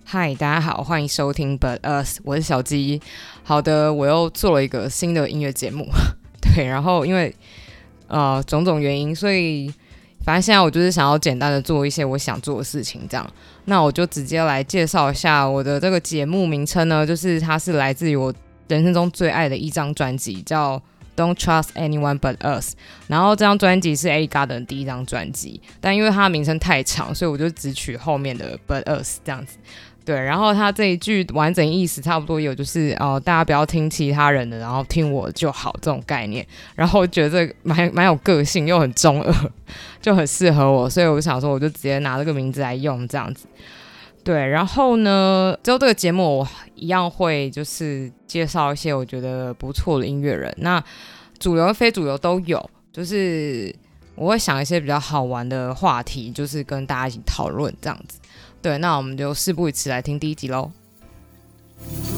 嗨，大家好，欢迎收听 But Us， 我是小鸡。好的，我又做了一个新的音乐节目，对，然后因为种种原因，所以反正现在我就是想要简单的做一些我想做的事情，这样。那我就直接来介绍一下我的这个节目名称呢，就是它是来自于我人生中最爱的一张专辑，叫Don't Trust Anyone But Us， 然后这张专辑是 Ellie Gordon 第一张专辑，但因为它的名称太长，所以我就只取后面的 But Us 这样子。对，然后它这一句完整意思差不多有就是大家不要听其他人的，然后听我就好这种概念。然后我觉得这蛮有个性，又很中二，就很适合我，所以我想说我就直接拿这个名字来用这样子。对，然后呢，之后这个节目我一样会就是介绍一些我觉得不错的音乐人，那主流非主流都有，就是我会想一些比较好玩的话题，就是跟大家一起讨论这样子。对，那我们就事不宜迟，来听第一集咯。